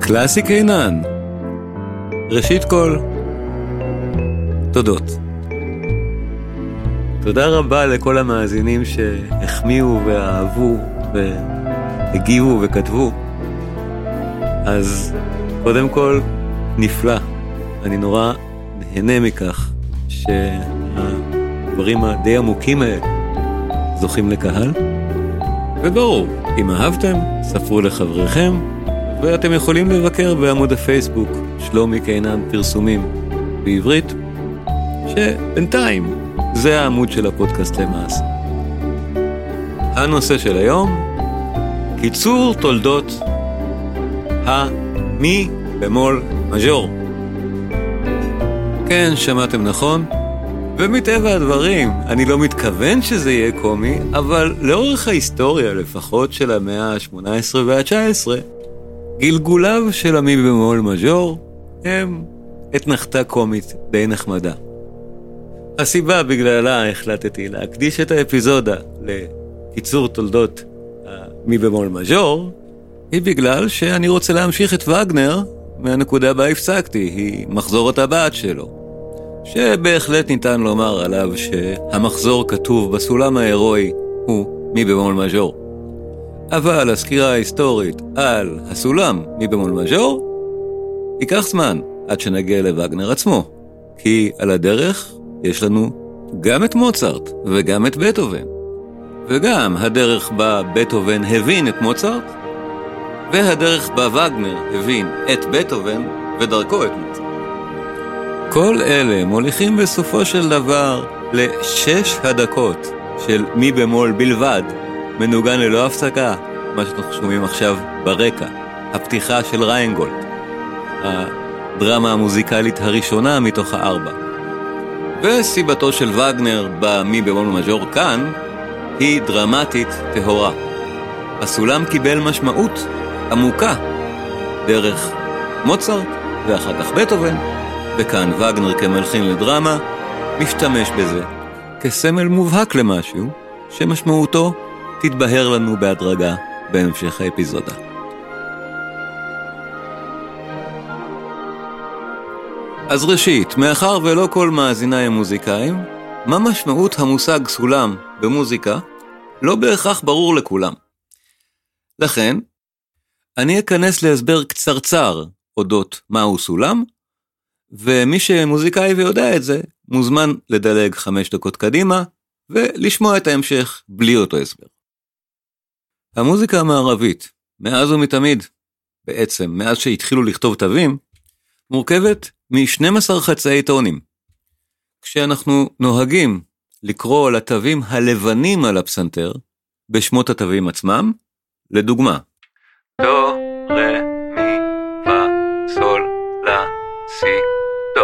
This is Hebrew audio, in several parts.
קלאסי קינן. ראשית כל, תודות. תודה רבה לכל המאזינים שהחמיאו ואהבו והגיבו וכתבו. אז קודם כל, נפלא. אני נורא נהנה מכך שהדברים הדי עמוקים האלה זוכים לקהל. וברור, אם אהבתם, ספרו לחבריכם, ואתם יכולים לבקר בעמוד הפייסבוק שלומי קינן פרסומים בעברית, שבינתיים זה העמוד של הפודקאסט למעשה. הנושא של היום, קיצור תולדות המי במול מז'ור. כן, שמעתם נכון? ומטבע הדברים, אני לא מתכוון שזה יהיה קומי, אבל לאורך ההיסטוריה, לפחות של המאה ה-18 וה-19, גלגוליו של המי במול מז'ור הם אתנחתה קומית די נחמדה. הסיבה בגללה החלטתי להקדיש את האפיזודה לקיצור תולדות המי במול מז'ור, היא בגלל שאני רוצה להמשיך את וגנר מהנקודה בה הפסקתי, היא מחזור הטבעת שלו. שבהחלט ניתן לומר עליו שהמחזור כתוב בסולם ההירואי הוא מי במול מז'ור. אבל הסקירה ההיסטורית על הסולם מי במול מז'ור ייקח זמן עד שנגיע לווגנר עצמו, כי על הדרך יש לנו גם את מוצרט וגם את בטהובן, וגם הדרך בה בטהובן הבין את מוצרט, והדרך בה וגנר הבין את בטהובן ודרכו את מוצרט. כל אלה מוליכים בסופו של דבר לשש הדקות של מי במול בלבד, מנוגן ללא הפסקה, מה שאנחנו שומעים עכשיו ברקע, הפתיחה של ריינגולד, הדרמה המוזיקלית הראשונה מתוך הארבע. וסיבתו של וגנר במי במול מז'ור כאן היא דרמטית טהורה. הסולם קיבל משמעות עמוקה דרך מוצרט ואחר כך בטהובן, וכאן וגנר כמלחין לדרמה משתמש בזה כסמל מובהק למשהו שמשמעותו תתבהר לנו בהדרגה בהמשך האפיזודה. אז ראשית, מאחר ולא כל מאזיניי הם מוזיקאים, מה משמעות המושג סולם במוזיקה לא בהכרח ברור לכולם. לכן, אני אכנס להסבר קצרצר אודות מהו סולם, ומי שמוזיקאי ויודע את זה, מוזמן לדלג 5 דקות קדימה, ולשמוע את ההמשך בלי אותו הסבר. המוזיקה המערבית, מאז ומתמיד, בעצם מאז שהתחילו לכתוב תווים, מורכבת מ-12 חצאי טונים. כשאנחנו נוהגים לקרוא לתווים הלבנים על הפסנתר, בשמות התווים עצמם, לדוגמה, דו, רה, מי, פה, סול, לה, סי, דו.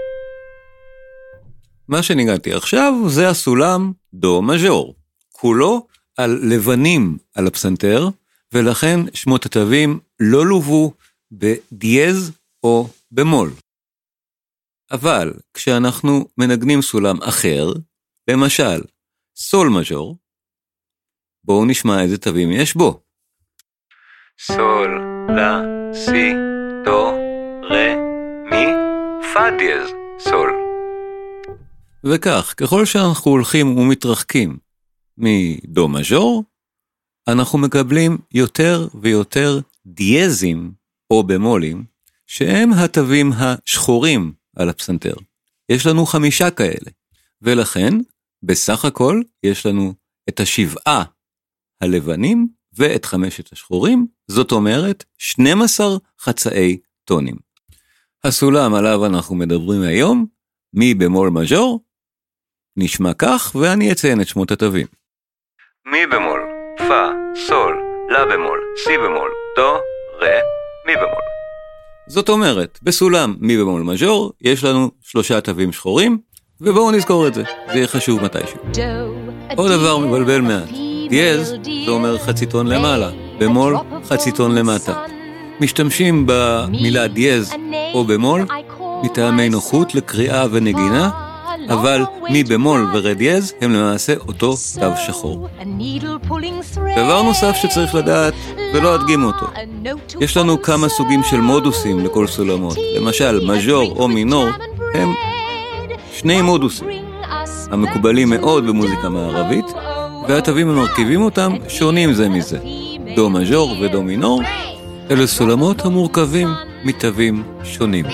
מה שניגנתי עכשיו זה הסולם דו מז'ור, כולו על לבנים על הפסנתר, ולכן שמות התווים לא לובו בדיאז או במול. אבל כשאנחנו מנגנים סולם אחר, למשל סול מז'ור, בואו נשמע איזה תווים יש בו. סול, לה, סי, דו, רה, מי, פה דיאז, סול. וכך, ככל שאנחנו הולכים ומתרחקים מדו מז'ור, אנחנו מקבלים יותר ויותר דיאזים או במולים, שהם התווים השחורים על הפסנתר. יש לנו 5 כאלה, ולכן בסך הכל יש לנו את 7 הלבנים ואת 5 השחורים, זאת אומרת 12 חצאי טונים. הסולם עליו אנחנו מדברים היום, מי במול מז'ור, נשמע כך ואני אציין את שמות התווים. מי במול, פה, סול, לה במול, סי במול, דו, רה, מי במול. זאת אומרת, בסולם מי במול מז'ור יש לנו 3 תווים שחורים, ובואו נזכור את זה, זה יהיה חשוב מתישהו. עוד דבר מבלבל מעט, דיאז זה אומר חצי טון למעלה, במול חצי טון למטה. משתמשים במילה דיאז או במול מטעמי נוחות לקריאה ונגינה, אבל מי במול ורד יז הם למעשה אותו תו שחור. דבר נוסף שצריך לדעת, ולא אדגים אותו, יש לנו כמה סוגים של מודוסים לכל סולמות. למשל, מז'ור או מינור הם שני מודוסים המקובלים מאוד במוזיקה מערבית, והתווים המרכיבים אותם שונים זה מזה. דו מז'ור ודו מינור אלה סולמות המורכבים מתווים שונים.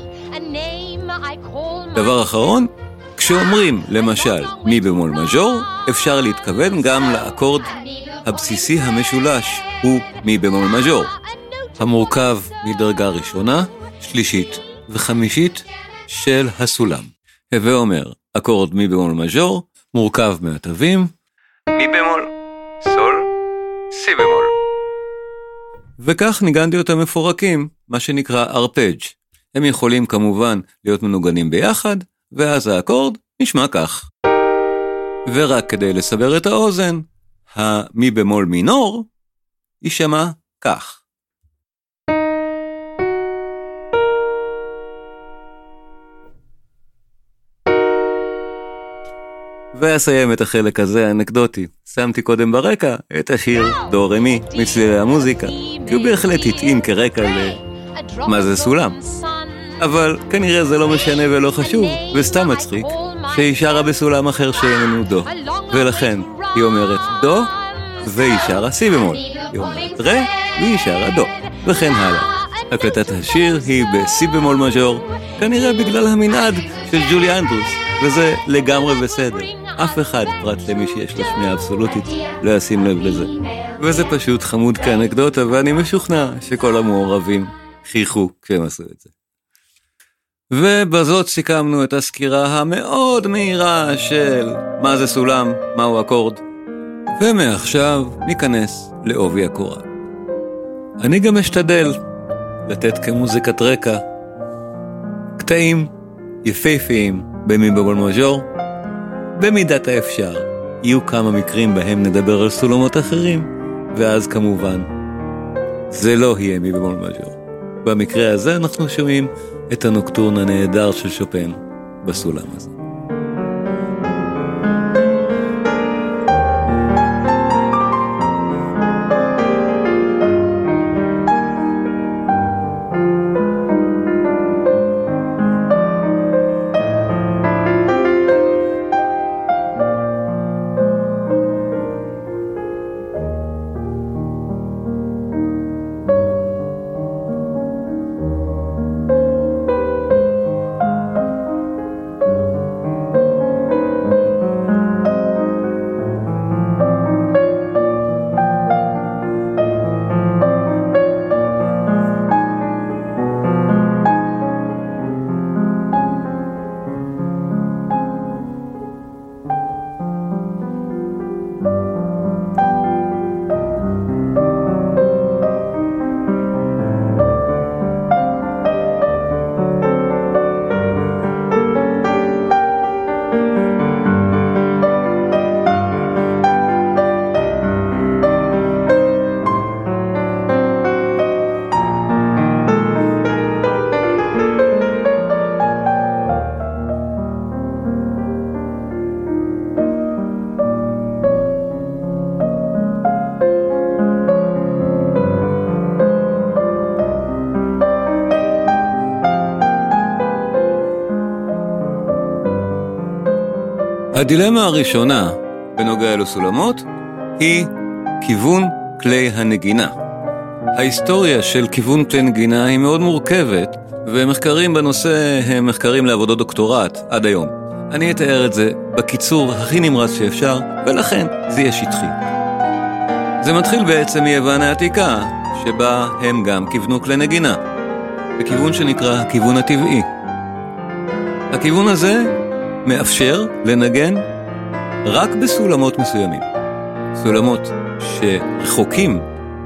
דבר אחרון, כשאומרים למשל מי במול מז'ור, אפשר להתכוון גם לאקורד הבסיסי המשולש, הוא מי במול מז'ור, המורכב מדרגה ראשונה, שלישית וחמישית של הסולם. הווה אומר, אקורד מי במול מז'ור מורכב מהתווים מי במול, סול, סי במול. וכך ניגנתי אותם מפורקים, מה שנקרא ארפג'. הם יכולים כמובן להיות מנוגנים ביחד, ואז האקורד נשמע כך. ורק כדי לסבר את האוזן, המי במול מינור יישמע כך. ואסיים את החלק הזה האנקדוטי. שמתי קודם ברקע את השיר דו רמי מצלילי המוזיקה, כי הוא בהחלט התאים כרקע למה זה סולם. אבל כנראה זה לא משנה ולא חשוב, וסתם מצחיק, שהיא שרה בסולם אחר שאיננו דו. ולכן היא אומרת דו, והיא שרה סי במול. היא אומרת רה, והיא שרה דו. וכן הלאה. הקלטת השיר היא בסי במול מז'ור, כנראה בגלל המנעד של ג'ולי אנדרוס, וזה לגמרי בסדר. אף אחד, פרט למי שיש לו שמיעה אבסולוטית, לא ישים לב לזה. וזה פשוט חמוד כאנקדוטה, ואני משוכנע שכל המעורבים חייכו כשהם עשו את זה. ובזאת סיכמנו את הסקירה המאוד מהירה של מה זה סולם, מהו אקורד, ומעכשיו ניכנס לעובי הקורה. אני גם אשתדל לתת כמוזיקת רקע קטעים יפהפיים במי במול מז'ור. במידת האפשר יהיו כמה מקרים בהם נדבר על סולמות אחרים, ואז כמובן זה לא יהיה מי במול מז'ור. במקרה הזה אנחנו שומעים את הנוקטורן הנהדר של שופן בסולם הזה. הדילמה הראשונה בנוגע לסולמות היא כיוון כלי הנגינה. ההיסטוריה של כיוון כלי נגינה היא מאוד מורכבת, ומחקרים בנושא הם מחקרים לעבודות דוקטורט עד היום. אני אתאר את זה בקיצור הכי נמרץ שאפשר, ולכן זה יהיה שטחי. זה מתחיל בעצם מיוון העתיקה, שבה הם גם כיוונו כלי נגינה, בכיוון שנקרא הכיוון הטבעי. הכיוון הזה מאפשר לנגן רק בסולמות מסוימים. סולמות שרחוקים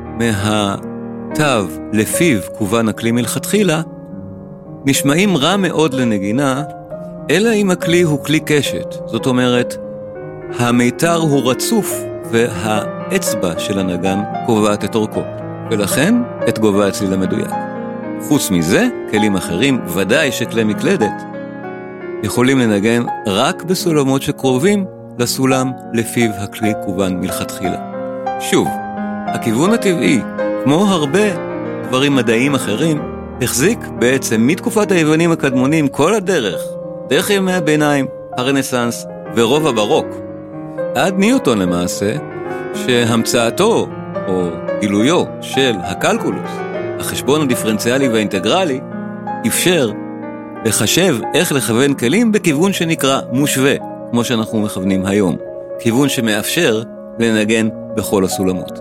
מהתו לפיו כוון הכלי מלכתחילה, נשמעים רע מאוד לנגינה, אלא אם הכלי הוא כלי קשת. זאת אומרת, המיתר הוא רצוף והאצבע של הנגן קובעת את אורכו, ולכן את גובה הצליל המדויק. חוץ מזה, כלים אחרים, ודאי שכלי מקלדת, יכולים לנגן רק בסולמות שקרובים לסולם לפיו הכלי כוון מלכתחילה. שוב, הכיוון הטבעי, כמו הרבה דברים מדעיים אחרים, החזיק בעצם מתקופת היוונים הקדמונים כל הדרך, דרך ימי הביניים, הרנסנס ורוב הברוק, עד ניוטון למעשה, שהמצאתו או גילויו של הקלקולוס, החשבון הדיפרנציאלי והאינטגרלי, אפשר לחשב איך לכוון כלים בכיוון שנקרא מושווה, כמו שאנחנו מכוונים היום, כיוון שמאפשר לנגן בכל הסולמות.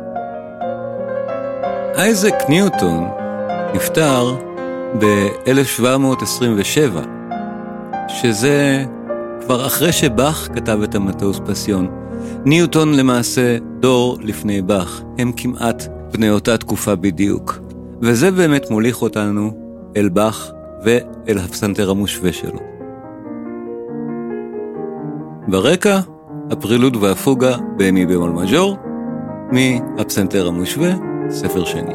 אייזק ניוטון נפטר ב-1727, שזה כבר אחרי שבאך כתב את המטאוס פסיון. ניוטון למעשה דור לפני באך, הם כמעט בני אותה תקופה בדיוק. וזה באמת מוליך אותנו אל באך ואל הפסנתר המושווה שלו. ברקע, הפרילוד והפוגה במי במול מז'ור, מהפסנתר המושווה, ספר שני.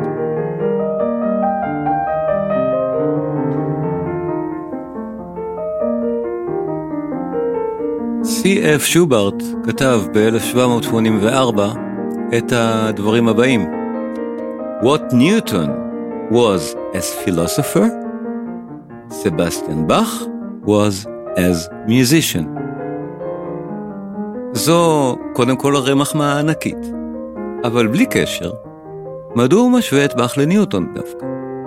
C.F. שוברט כתב ב-1784 את הדברים הבאים: What Newton was as philosopher, Sebastian Bach was as musician. זו קודם כל הרי מחמאה ענקית, אבל בלי קשר, מדוע הוא משווה את באך לניוטון דווקא?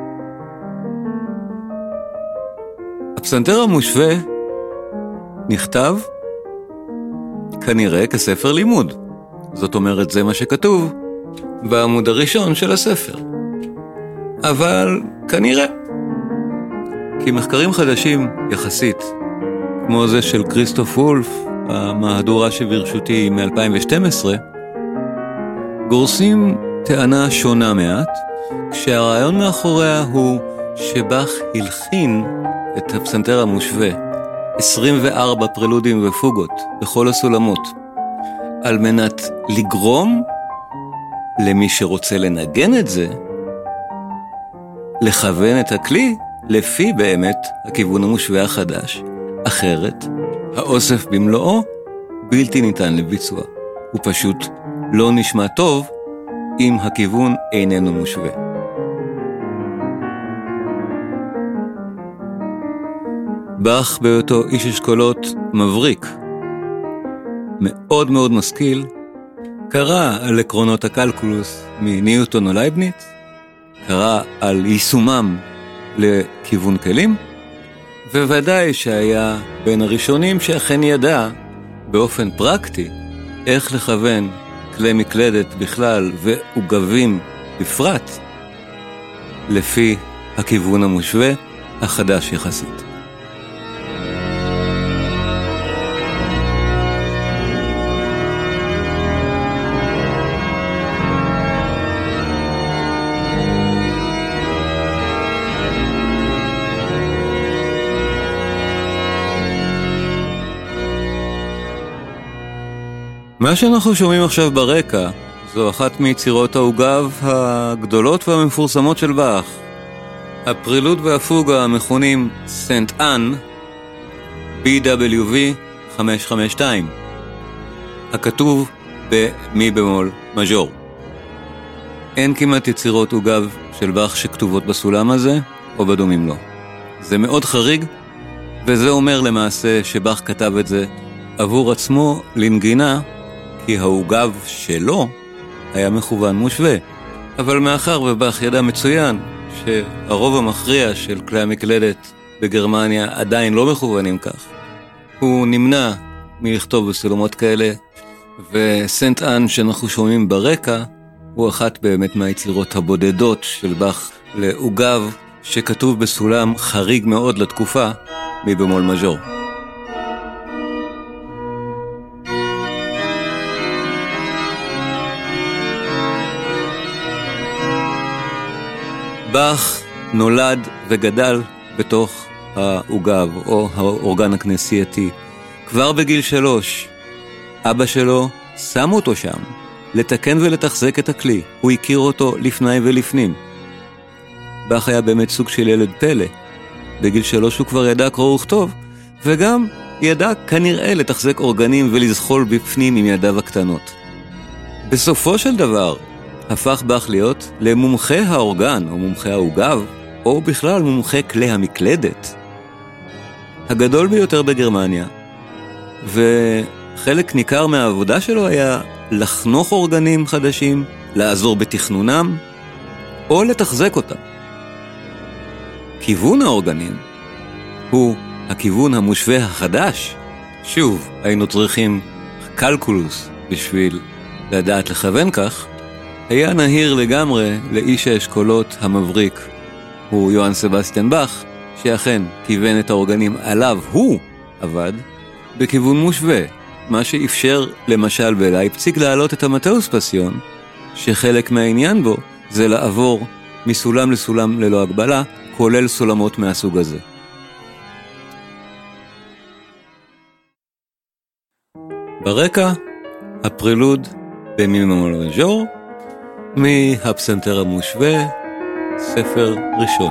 הפסנתר המושווה נכתב כנראה כספר לימוד. זאת אומרת, זה מה שכתוב בעמוד הראשון של הספר. אבל כנראה, כי מחקרים חדשים יחסית, כמו זה של כריסטוף וולף, המהדורה שברשותי מ-2012, גורסים טענה שונה מעט, כשהרעיון מאחוריה הוא שבאך הלחין את הפסנתר המושווה 24 פרילודים ופוגות בכל הסולמות, על מנת לגרום למי שרוצה לנגן את זה, לכוון את הכלי לפי באמת הכיוון המושווה החדש. אחרת, האוסף במלואו בלתי ניתן לביצוע. הוא פשוט לא נשמע טוב אם הכיוון איננו מושווה. באך בהיותו איש אשכולות מבריק, מאוד מאוד משכיל, קרא על עקרונות הקלקולוס מניוטון או לייבניץ, קרא על יישומם לכיוון כלים, וודאי שהיה בין הראשונים שאכן ידע באופן פרקטי איך לכוון כלי מקלדת בכלל ועוגבים בפרט לפי הכיוון המושווה החדש יחסית. מה שאנחנו שומעים עכשיו ברקע זו אחת מיצירות העוגב הגדולות והמפורסמות של באך. הפרילוד והפוגה המכונים סנט אן, BWV 552, הכתוב במי במול מז'ור. אין כמעט יצירות עוגב של באך שכתובות בסולם הזה או בדומים לו. זה מאוד חריג, וזה אומר למעשה שבאך כתב את זה עבור עצמו לנגינה, כי העוגב שלו היה מכוון מושווה. אבל מאחר ובאך ידע מצוין שהרוב המכריע של כלי המקלדת בגרמניה עדיין לא מכוונים כך, הוא נמנע מלכתוב בסולמות כאלה, וסנט אן שאנחנו שומעים ברקע הוא אחת באמת מהיצירות הבודדות של באך לעוגב שכתוב בסולם חריג מאוד לתקופה מבמול מז'ור. באך נולד וגדל בתוך העוגב או האורגן הכנסייתי. כבר בגיל 3, אבא שלו שם אותו שם, לתקן ולתחזק את הכלי. הוא הכיר אותו לפני ולפנים. באך היה באמת סוג של ילד פלא. בגיל 3 הוא כבר ידע קרוא וכתוב, וגם ידע כנראה לתחזק אורגנים ולזחול בפנים עם ידיו הקטנות. בסופו של דבר, הפך באך להיות למומחה האורגן או מומחה העוגב, או בכלל מומחה כלי המקלדת, הגדול ביותר בגרמניה, וחלק ניכר מהעבודה שלו היה לחנוך אורגנים חדשים, לעזור בתכנונם, או לתחזק אותם. כיוון האורגנים הוא הכיוון המושווה החדש. שוב, היינו צריכים קלקולוס בשביל לדעת לכוון כך. היה נהיר לגמרי לאיש האשכולות המבריק, הוא יוהאן סבסטיאן באך, שאכן כיוון את האורגנים עליו הוא עבד בכיוון מושווה, מה שאפשר למשל בלייפציג להעלות את המתאוס פסיון, שחלק מהעניין בו זה לעבור מסולם לסולם ללא הגבלה, כולל סולמות מהסוג הזה. ברקע, הפרילוד במי במול מז'ור, מהפסנתר המושווה, ספר ראשון.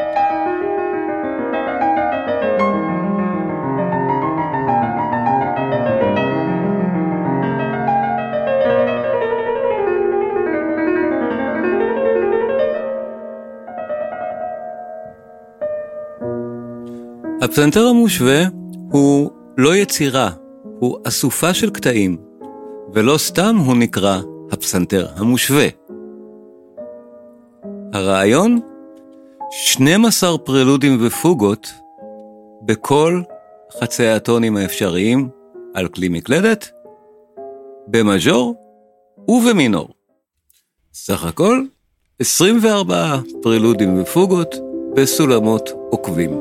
הפסנתר המושווה הוא לא יצירה, הוא אסופה של קטעים, ולא סתם הוא נקרא הפסנתר המושווה. הרעיון, 12 פרילודים ופוגות בכל חצי הטונים האפשריים על כלי מקלדת, במז'ור ובמינור. סך הכל 24 פרילודים ופוגות בסולמות עוקבים.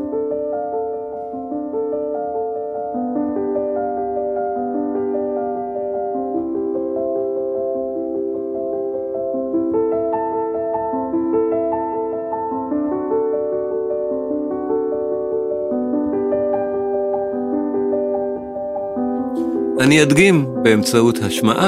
אני אדגים באמצעות השמעה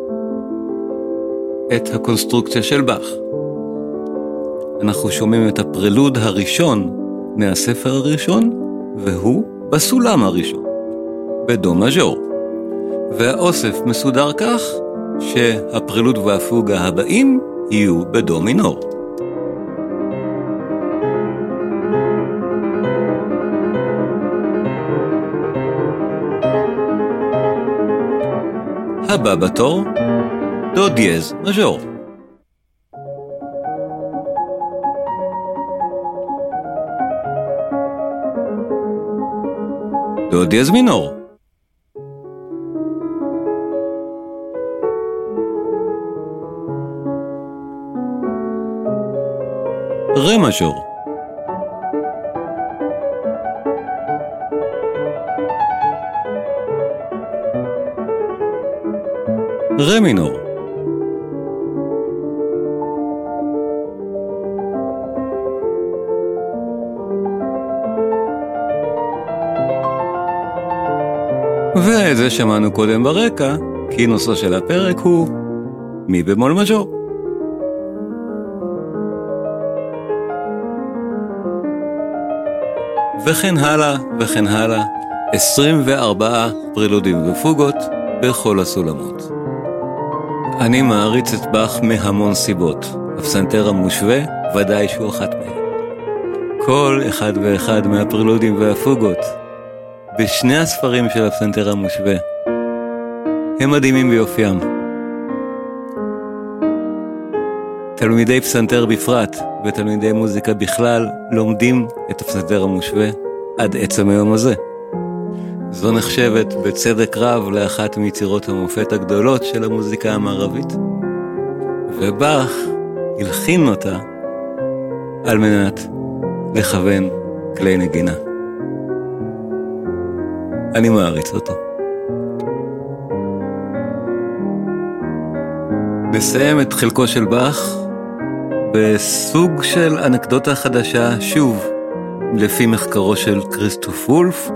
את הקונסטרוקציה של באך. אנחנו שומעים את הפרילוד הראשון מהספר הראשון, והוא בסולם הראשון, בדו מז'ור. והאוסף מסודר כך שהפרילוד והפוגה הבאים יהיו בדו מינור. הבא בתור, דו דיאז מז'ור. דו דיאז מינור. רה מז'ור. רה מינור. ואת זה שמענו קודם ברקע, כי נושא של הפרק הוא מי במול מז'ור. וכן הלאה וכן הלאה, 24 פרילודים ופוגות בכל הסולמות. אני מעריץ את באך מהמון סיבות. הפסנתר המושווה ודאי שהוא אחת מהם. כל אחד ואחד מהפרילודים והפוגות בשני הספרים של הפסנתר המושווה הם מדהימים ביופיים. תלמידי פסנתר בפרט ותלמידי מוזיקה בכלל לומדים את הפסנתר המושווה עד עצם היום הזה. זו נחשבת בצדק רב לאחת מיצירות המופת הגדולות של המוזיקה המערבית. ובאך הלחין אותה על מנת לכוון כלי נגינה. אני מעריץ אותו. נסיים את חלקו של באך בסוג של אנקדוטה חדשה, שוב, לפי מחקרו של כריסטוף וולף,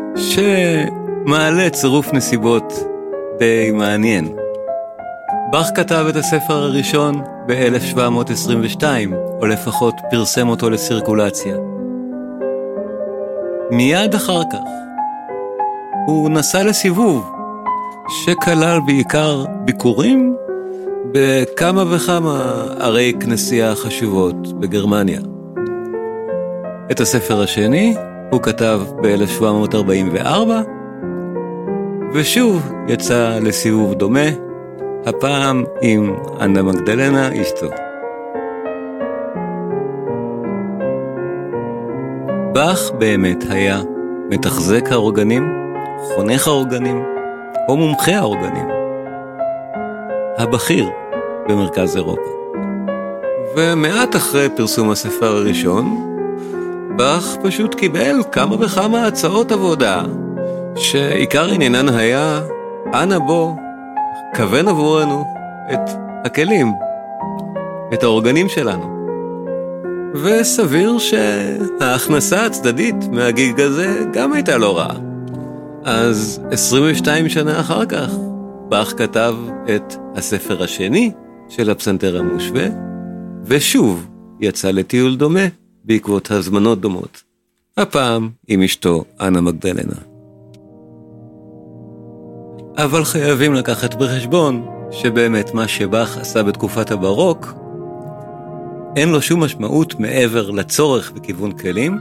שמעלה צירוף נסיבות די מעניין. באך כתב את הספר הראשון ב-1722, או לפחות פרסם אותו לסירקולציה. מיד אחר כך, הוא נסע לסיבוב שכלל בעיקר ביקורים בכמה וכמה ערי כנסייה חשובות בגרמניה. את הספר השני הוא כתב ב-1744, ושוב יצא לסיבוב דומה, הפעם עם אנה מגדלנה אשתו. באך באמת היה מתחזק האורגנים, חונך האורגנים, או מומחה האורגנים, הבכיר במרכז אירופה. ומעט אחרי פרסום הספר הראשון, באך פשוט קיבל כמה וכמה הצעות עבודה, שעיקר עניינן היה, אנא בוא, כוון עבורנו את הכלים, את האורגנים שלנו. וסביר שההכנסה הצדדית מהגיג הזה גם הייתה לא רעה. אז 22 שנה אחר כך, באך כתב את הספר השני של הפסנתר המושווה, ושוב יצא לטיול דומה בעקבות הזמנות דומות. הפעם עם אשתו אנה מגדלנה. אבל חייבים לקחת בחשבון שבאמת מה שבאך עשה בתקופת הברוק, אין לו שום משמעות מעבר לצורך בכיוון כלים,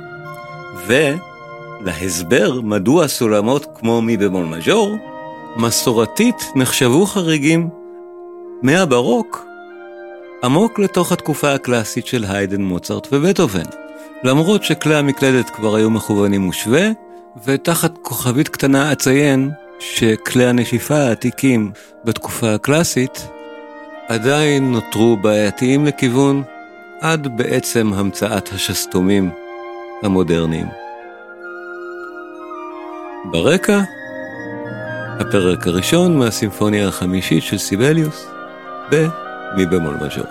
ולהסבר מדוע סולמות כמו מי במול מז'ור, מסורתית נחשבו חריגים מהברוק עמוק לתוך התקופה הקלאסית של היידן, מוצרט ובטהובן. למרות שכלי המקלדת כבר היו מכוונים מושווה, ותחת כוכבית קטנה אציין שכלי הנשיפה העתיקים בתקופה הקלאסית עדיין נותרו בעייתיים לכיוון עד בעצם המצאת השסתומים המודרניים. ברקע, הפרק הראשון מהסימפוניה החמישית של סיבליוס במי במול מז'ור.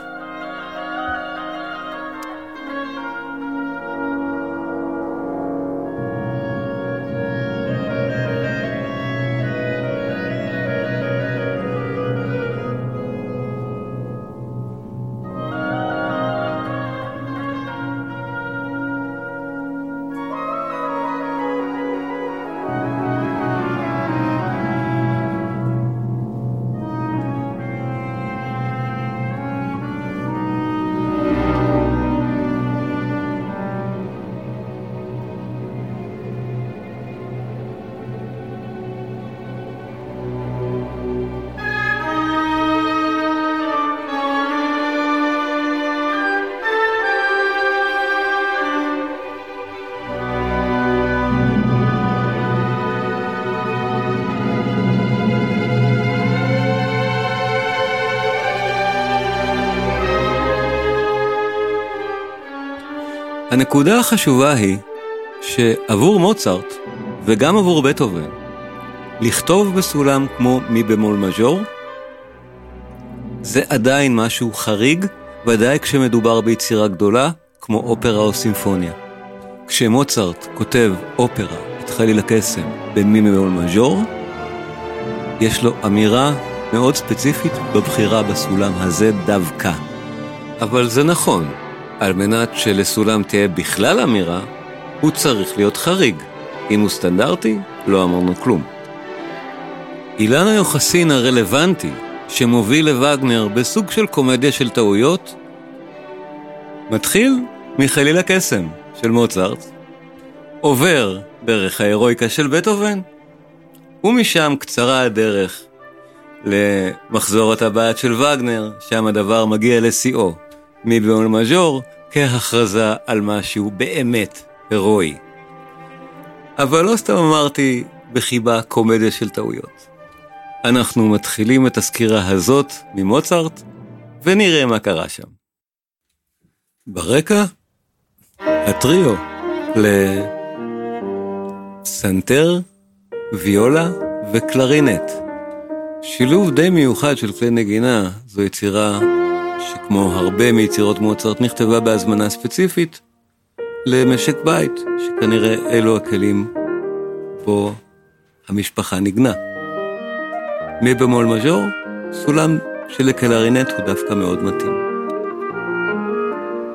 הנקודה החשובה היא שעבור מוצרט וגם עבור בטהובן, לכתוב בסולם כמו מי במול מז'ור זה עדיין משהו חריג, ודאי כשמדובר ביצירה גדולה כמו אופרה או סימפוניה. כשמוצרט כותב אופרה את חליל הקסם במי במול מז'ור, יש לו אמירה מאוד ספציפית בבחירה בסולם הזה דווקא. אבל זה נכון, על מנת שלסולם תהיה בכלל אמירה, הוא צריך להיות חריג. אם הוא סטנדרטי, לא אמרנו כלום. אילן היוחסין הרלוונטי שמוביל לווגנר בסוג של קומדיה של טעויות, מתחיל מחליל הקסם של מוצרט, עובר דרך ההירואיקה של בטהובן, ומשם קצרה הדרך למחזור הטבעת של וגנר, שם הדבר מגיע לשיאו, מי במול מז'ור, כהכרזה על משהו באמת הירואי. אבל לא סתם אמרתי בחיבה קומדיה של טעויות. אנחנו מתחילים את הסקירה הזאת ממוצרט, ונראה מה קרה שם. ברקע, הטריו לפסנתר, ויולה וקלרינט. שילוב די מיוחד של כלי נגינה, זו יצירה שכמו הרבה מיצירות מוצרט נכתבה בהזמנה ספציפית למשק בית, שכנראה אלו הכלים בו המשפחה נגנה. מי במול מז'ור, סולם שלקלרינט הוא דווקא מאוד מתאים.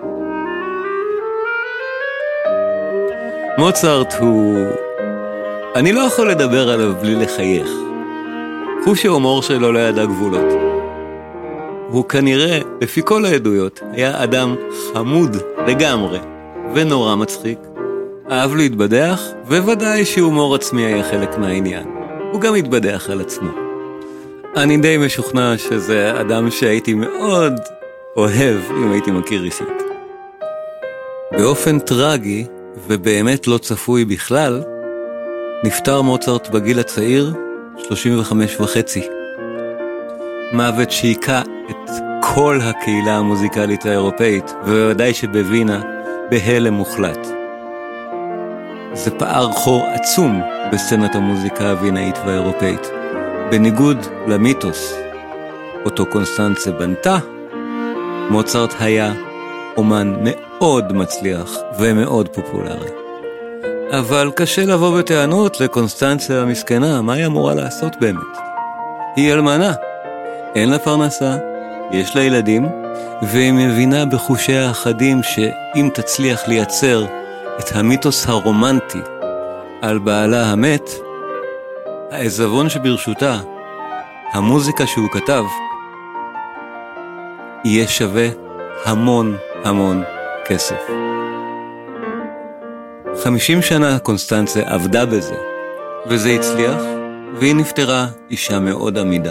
מוצרט הוא אני לא יכול לדבר עליו בלי לחייך. חוש ההומור שלו לא ידע גבולות. הוא כנראה, לפי כל העדויות, היה אדם חמוד לגמרי, ונורא מצחיק. אהב להתבדח, וודאי שהומור עצמי היה חלק מהעניין. הוא גם התבדח על עצמו. אני די משוכנע שזה אדם שהייתי מאוד אוהב אם הייתי מכיר אישית. באופן טרגי, ובאמת לא צפוי בכלל, נפטר מוצרט בגיל הצעיר, 35.5. מוות שהיכה את כל הקהילה המוזיקלית האירופאית, ובוודאי שבווינה, בהלם מוחלט. זה פער חור עצום בסצנת המוזיקה הווינאית והאירופאית. בניגוד למיתוס, אותו קונסטנצה בנתה, מוצרט היה אומן מאוד מצליח ומאוד פופולרי. אבל קשה לבוא בטענות לקונסטנציה המסכנה, מה היא אמורה לעשות באמת? היא אלמנה, אין לה פרנסה, יש לה ילדים, והיא מבינה בחושיה האחדים שאם תצליח לייצר את המיתוס הרומנטי על בעלה המת, העזבון שברשותה, המוזיקה שהוא כתב, יהיה שווה המון המון כסף. 50 שנה קונסטנצה עבדה בזה, וזה הצליח, והיא נפטרה אישה מאוד עמידה.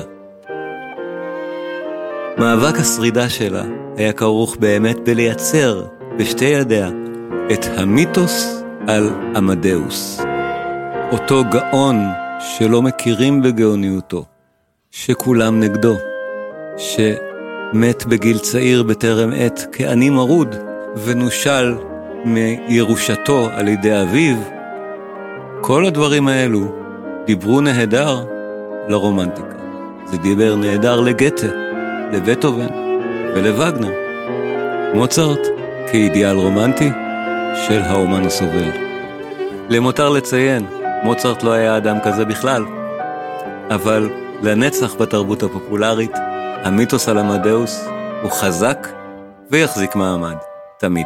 מאבק השרידה שלה היה כרוך באמת בלייצר בשתי ידיה את המיתוס על עמדאוס. אותו גאון שלא מכירים בגאוניותו, שכולם נגדו, שמת בגיל צעיר בטרם עת כעני מרוד, ונושל מירושתו על ידי אביו. כל הדברים האלו דיברו נהדר לרומנטיקה. זה דיבר נהדר לגתה, לבטהובן ולווגנר. מוצרט כאידיאל רומנטי של האומן הסובל. למותר לציין, מוצרט לא היה אדם כזה בכלל, אבל לנצח בתרבות הפופולרית, המיתוס על עמדאוס הוא חזק ויחזיק מעמד, תמיד.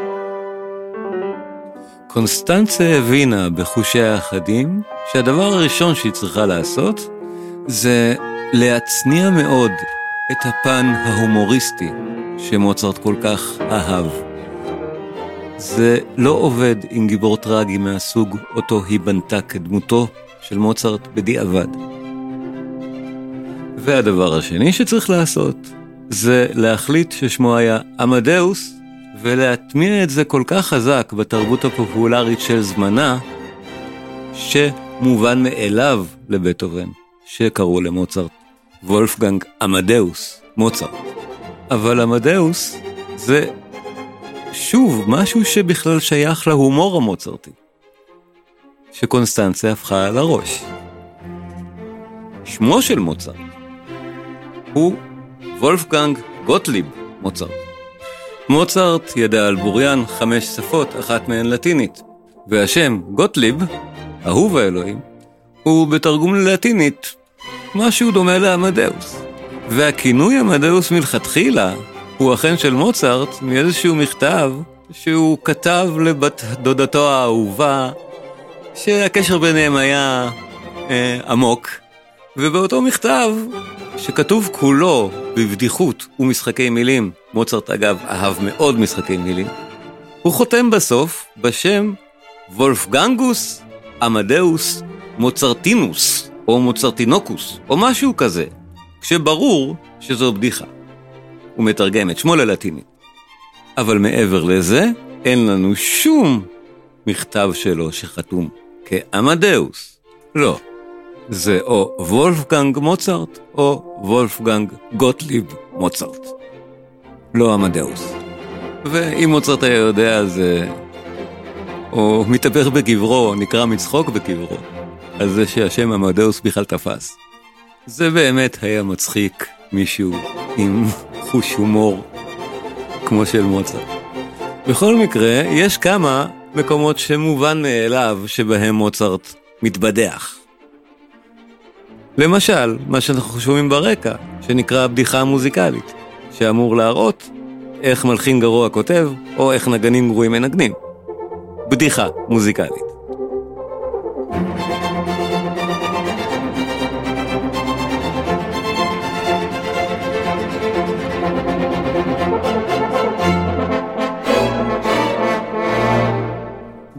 קונסטנצה הבינה בחושיה האחדים שהדבר הראשון שהיא צריכה לעשות זה להצניע מאוד את הפן ההומוריסטי שמוצרט כל כך אהב. זה לא עובד עם גיבור טרגי מהסוג אותו היא בנתה כדמותו של מוצרט בדיעבד. והדבר השני שצריך לעשות זה להחליט ששמו היה עמדאוס, ולהטמיע את זה כל כך חזק בתרבות הפופולרית של זמנה, שמובן מאליו לבטהובן, שקראו למוצרט וולפגנג עמדאוס מוצרט. אבל עמדאוס זה שוב משהו שבכלל שייך להומור המוצרטי, שקונסטנציה הפכה על הראש. שמו של מוצרט הוא וולפגנג גוטליב מוצרט. מוצרט ידע על בוריין 5 שפות, אחת מהן לטינית, והשם גוטליב, אהוב האלוהים, הוא בתרגום ללטינית משהו דומה לעמדאוס. והכינוי עמדאוס מלכתחילה הוא אכן של מוצרט מאיזשהו מכתב שהוא כתב לבת דודתו האהובה, שהקשר ביניהם היה עמוק, ובאותו מכתב שכתוב כולו בבדיחות ומשחקי מילים, מוצרט אגב אהב מאוד משחקי מילים, הוא חותם בסוף בשם וולפגנגוס עמדאוס מוצרטינוס או מוצרטינוקוס או משהו כזה, כשברור שזו בדיחה. הוא מתרגם את שמו ללטינית. אבל מעבר לזה אין לנו שום מכתב שלו שחתום כעמדאוס. לא. זה או וולפגנג מוצרט או וולפגנג גוטליב מוצרט. לא עמדאוס. ואם מוצרט היה יודע זה או מתהפך בקברו, נקרא מצחוק בקברו, על זה שהשם עמדאוס בכלל תפס. זה באמת היה מצחיק מישהו עם חוש הומור כמו של מוצרט. בכל מקרה, יש כמה מקומות שמובן מאליו שבהם מוצרט מתבדח. למשל, מה שאנחנו שומעים ברקע, שנקרא הבדיחה המוזיקלית, שאמור להראות איך מלחין גרוע כותב, או איך נגנים גרועים מנגנים. בדיחה מוזיקלית.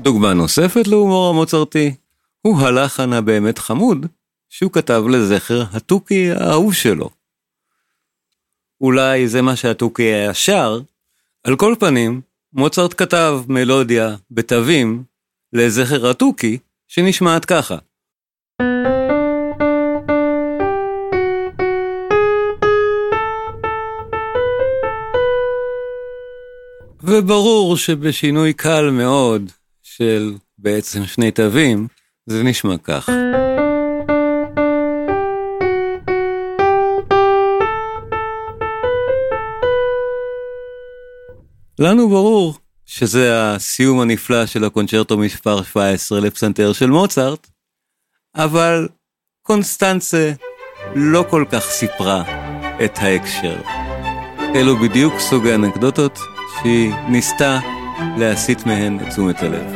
דוגמה נוספת להומור המוצרתי, הוא הלחן הבאמת חמוד שהוא כתב לזכר התוכי האהוב שלו. אולי זה מה שהתוכי היה שר, על כל פנים, מוצרט כתב מלודיה בתווים לזכר התוכי שנשמעת ככה. וברור שבשינוי קל מאוד של בעצם שני תווים, זה נשמע כך. לנו ברור שזה הסיום הנפלא של הקונצ'רטו מספר 17 לפסנתר של מוצרט, אבל קונסטנצה לא כל כך סיפרה את ההקשר. אלו בדיוק סוג האנקדוטות שהיא ניסתה להסיט מהן את תשומת הלב.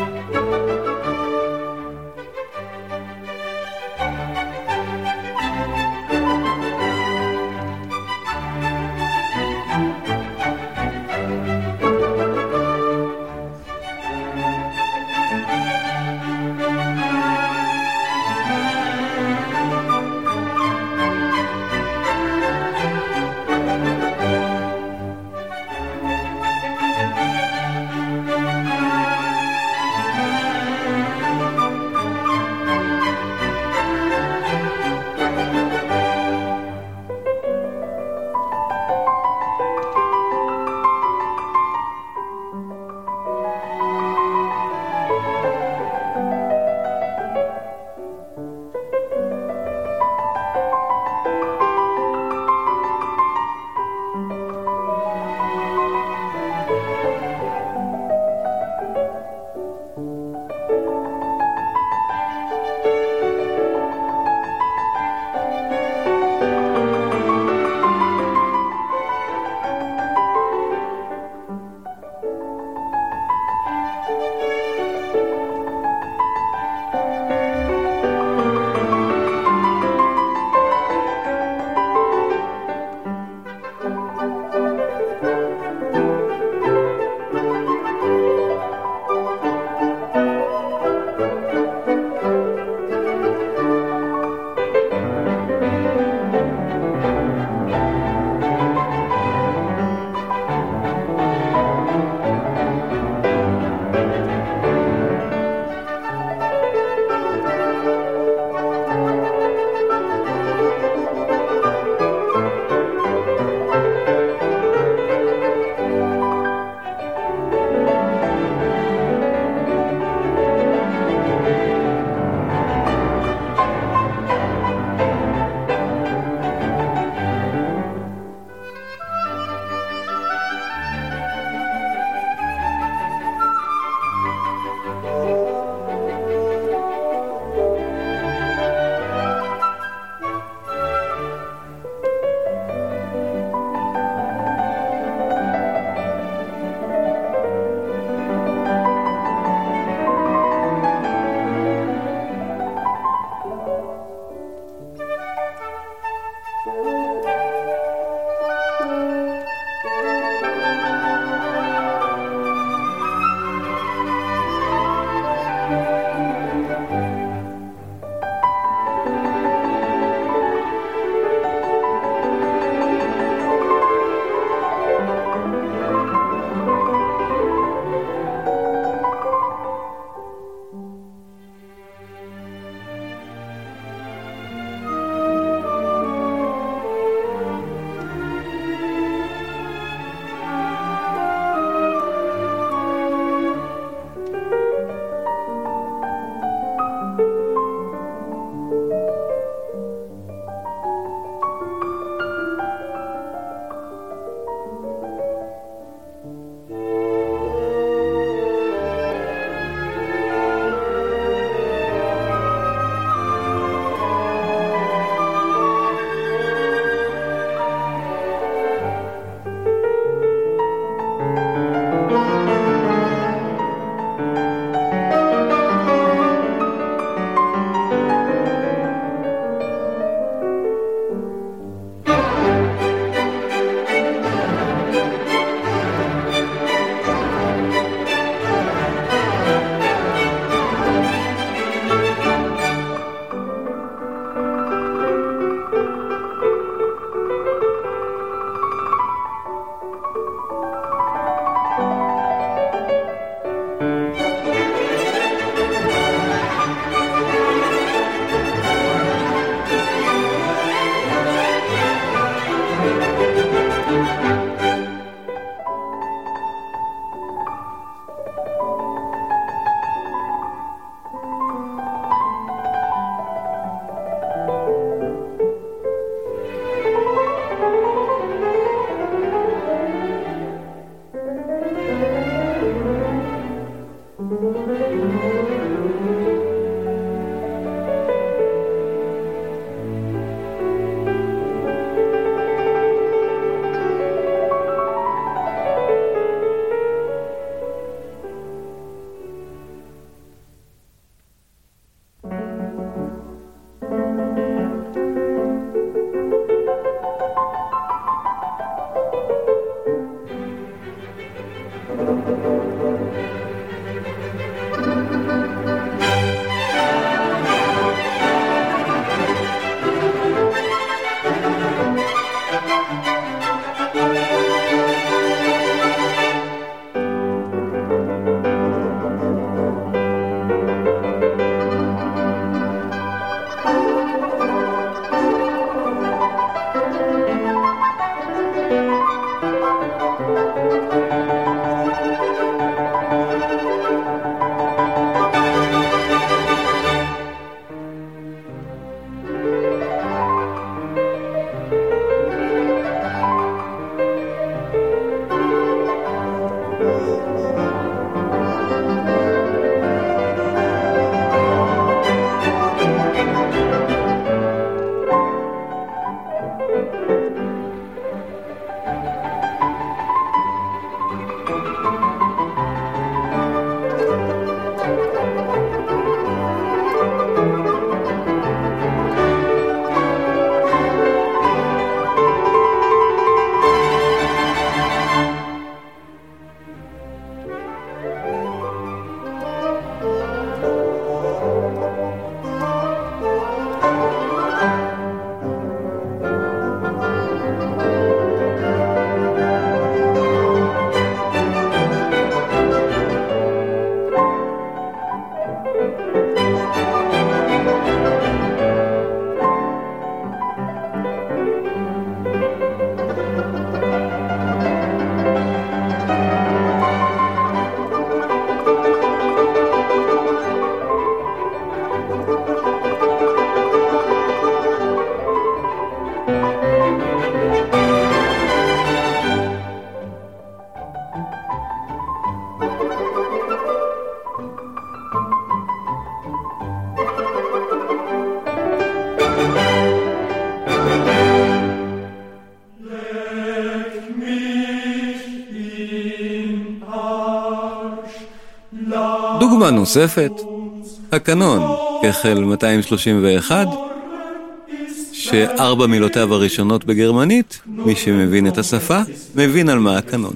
דוגמה נוספת, הקנון, כחל 231, שארבע מילותיו הראשונות בגרמנית, מי שמבין את השפה, מבין על מה הקנון.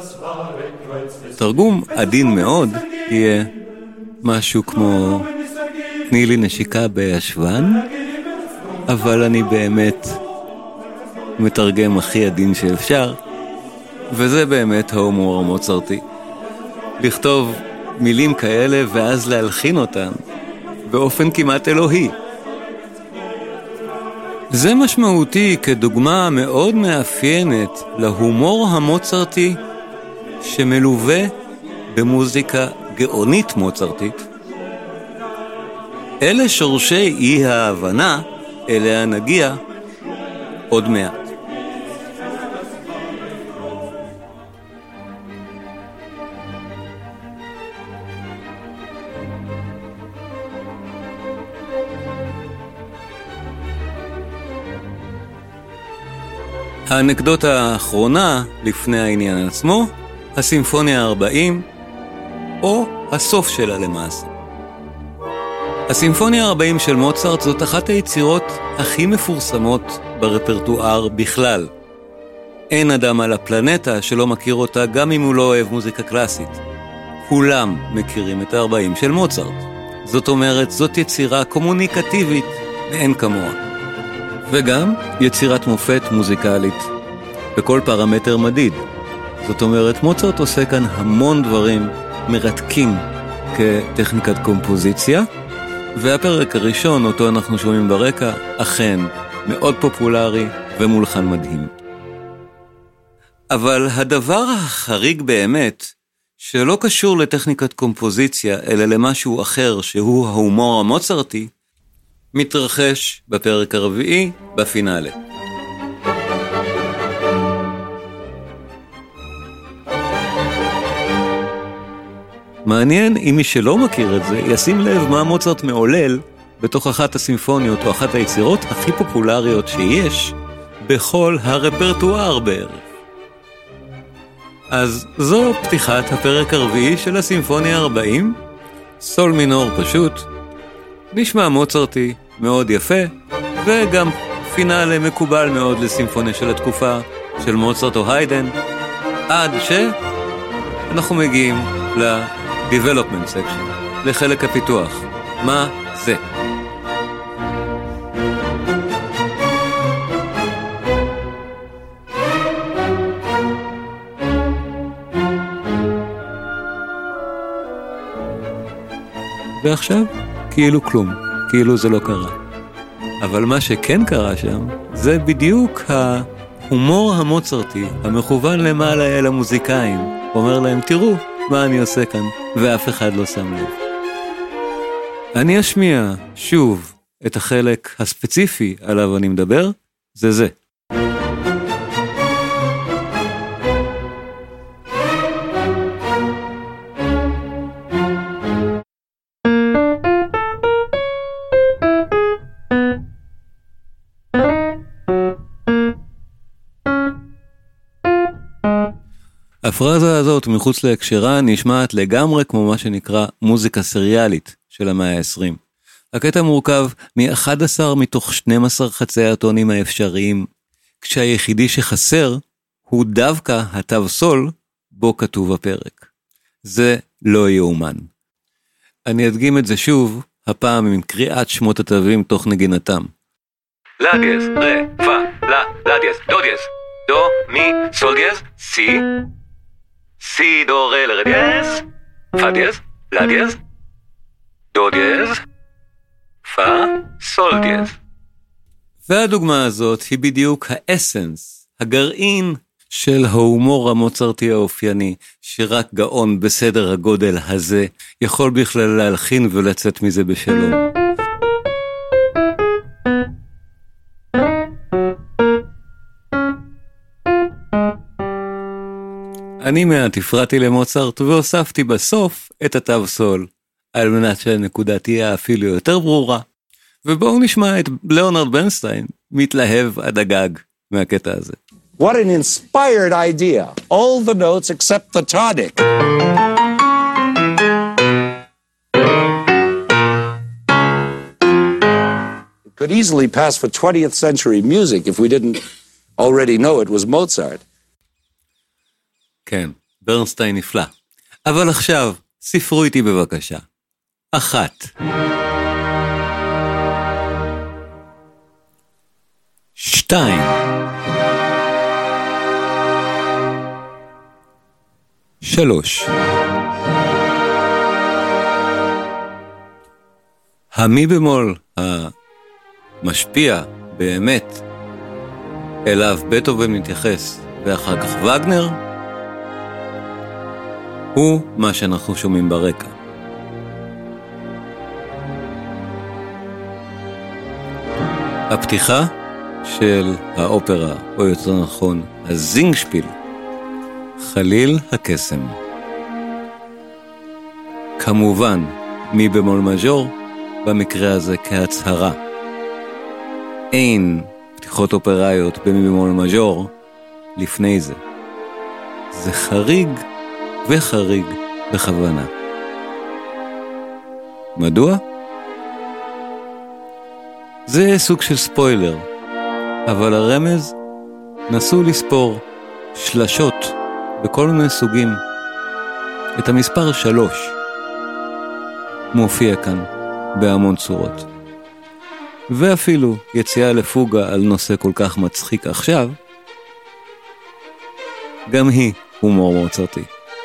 תרגום עדין מאוד יהיה משהו כמו תני לי נשיקה בישבן, אבל אני באמת מתרגם הכי עדין שאפשר, וזה באמת ההומור המוצרטי. לכתוב מילים כאלה ואז להלחין אותן באופן כמעט אלוהי. זה משמעותי כדוגמה מאוד מאפיינת להומור המוצרטי שמלווה במוזיקה גאונית מוצרטית. אלה שורשי אי ההבנה אליה נגיע עוד מעט. האנקדוטה האחרונה לפני העניין עצמו, הסימפוניה 40, או הסוף שלה למעשה. הסימפוניה 40 של מוצרט זאת אחת היצירות הכי מפורסמות ברפרטואר בכלל. אין אדם על הפלנטה שלא מכיר אותה גם אם הוא לא אוהב מוזיקה קלאסית. כולם מכירים את ה-40 של מוצרט. זאת אומרת, זאת יצירה קומוניקטיבית ואין כמוה. וגם יצירת מופת מוזיקלית בכל פרמטר מדיד. זאת אומרת, מוצרט עושה כאן המון דברים מרתקים כטכניקת קומפוזיציה, והפרק הראשון, אותו אנחנו שומעים ברקע, אכן מאוד פופולרי ומולחן מדהים. אבל הדבר החריג באמת, שלא קשור לטכניקת קומפוזיציה, אלא למשהו אחר שהוא ההומור המוצרטי, מתרחש בפרק הרביעי, בפינאלה. מעניין אם מי שלא מכיר את זה, ישים לב מה מוצרט מעולל בתוך אחת הסימפוניות או אחת היצירות הכי פופולריות שיש בכל הרפרטואר בערך. אז זו פתיחת הפרק הרביעי של הסימפוניה 40, סול מינור פשוט, נשמע מוצרטי מאוד יפה, וגם פינאלה מקובל מאוד לסימפוניה של התקופה של מוצרט או היידן, עד שאנחנו מגיעים ל-development section, לחלק הפיתוח. מה זה? ועכשיו, כאילו כלום, כאילו זה לא קרה. אבל מה שכן קרה שם, זה בדיוק ההומור המוצרטי, המכוון למעלה אל המוזיקאים. אומר להם, תראו מה אני עושה כאן, ואף אחד לא שם לב. אני אשמיע שוב את החלק הספציפי עליו אני מדבר, זה. הפרזה הזאת מחוץ להקשרה נשמעת לגמרי כמו מה שנקרא מוזיקה סריאלית של המאה ה-20. הקטע מורכב מ-11 מתוך 12 חצי הטונים האפשריים, כשהיחידי שחסר הוא דווקא התו סול בו כתוב הפרק. זה לא יאומן. אני אדגים את זה שוב, הפעם עם קריאת שמות התווים תוך נגינתם. לה דיאז, רה, פה, לה, לה דיאז, דו דיאז, דו, מי, סול דיאז, סי, סי, דו, רה, לרה דיאז, פה דיאז, לה דיאז, דו דיאז, פה, סול דיאז. והדוגמה הזאת היא בדיוק האסנס, הגרעין של ההומור המוצרטי האופייני, שרק גאון בסדר הגודל הזה יכול בכלל להלחין ולצאת מזה בשלום. אני מעט הפרעתי למוצרט והוספתי בסוף את התו סול, על מנת שהנקודה תהיה אפילו יותר ברורה. ובואו נשמע את ליאונרד ברנסטיין מתלהב עד הגג מהקטע הזה. What an inspired idea. All the notes except the tonic. could easily pass for 20th century music if we didn't already know it was Mozart. כן, ברנסטיין נפלא. אבל עכשיו, ספרו איתי בבקשה. 1. 2. 3. המי במול המשפיע באמת אליו בטהובן מתייחס ואחר כך וגנר הוא מה שאנחנו שומעים ברקע. הפתיחה של האופרה, או יותר נכון הזינגשפיל, חליל הקסם. כמובן מי במול מז'ור, במקרה הזה כהצהרה. אין פתיחות אופראיות במי במול מז'ור לפני זה. זה חריג וחריג בכוונה. מדוע? זה סוג של ספוילר, אבל הרמז נסו לספור שלשות בכל מיני סוגים. את המספר 3 מופיע כאן בהמון צורות. ואפילו יציאה לפוגה על נושא כל כך מצחיק עכשיו, גם היא הומור מוצרתי.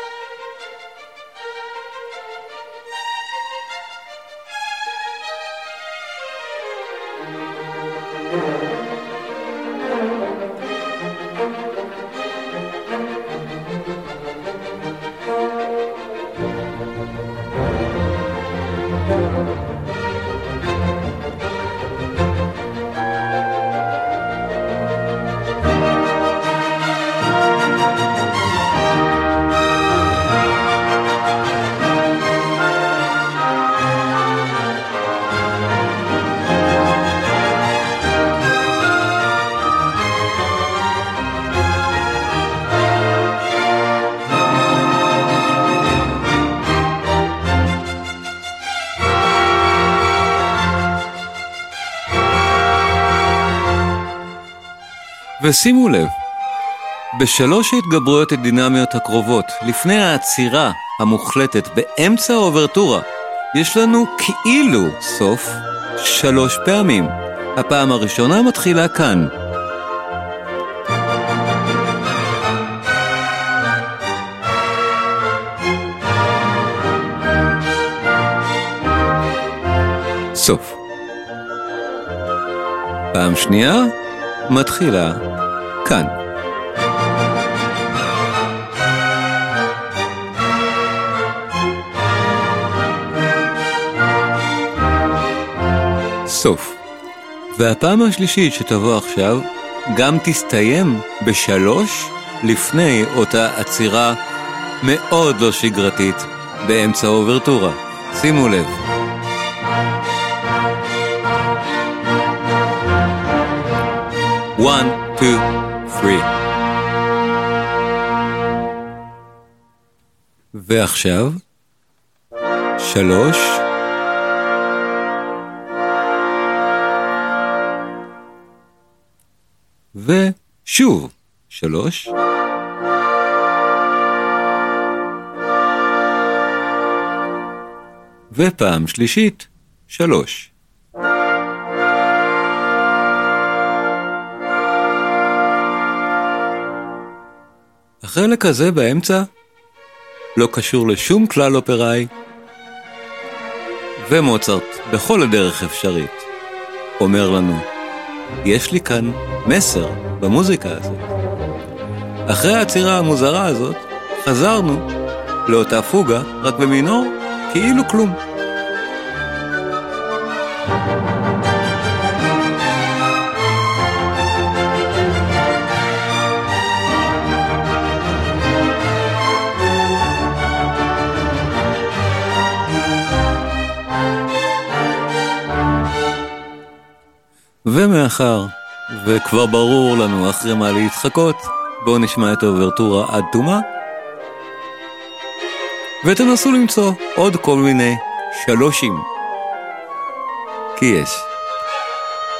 ושימו לב, בשלוש ההתגברויות הדינמיות הקרובות, לפני העצירה המוחלטת באמצע האוברטורה, יש לנו כאילו סוף 3 פעמים. הפעם הראשונה מתחילה כאן. סוף. פעם שנייה מתחילה כאן. סוף. והפעם השלישית שתבוא עכשיו גם תסתיים ב3 לפני אותה עצירה מאוד לא שגרתית באמצע האוברטורה. שימו לב. One, two, three. ועכשיו 3 ושוב 3 ופעם שלישית 3. החלק הזה באמצע לא קשור לשום כלל אופראי, ומוצרט בכל הדרך אפשרית אומר לנו, יש לי כאן מסר במוזיקה הזאת. אחרי העצירה המוזרה הזאת חזרנו לאותה פוגה, רק במינור, כאילו כלום. ומאחר, וכבר ברור לנו אחרי מה להתחקות, בואו נשמע את האוברטורה עד תומה, ותנסו למצוא עוד כל מיני שלושים. כי יש.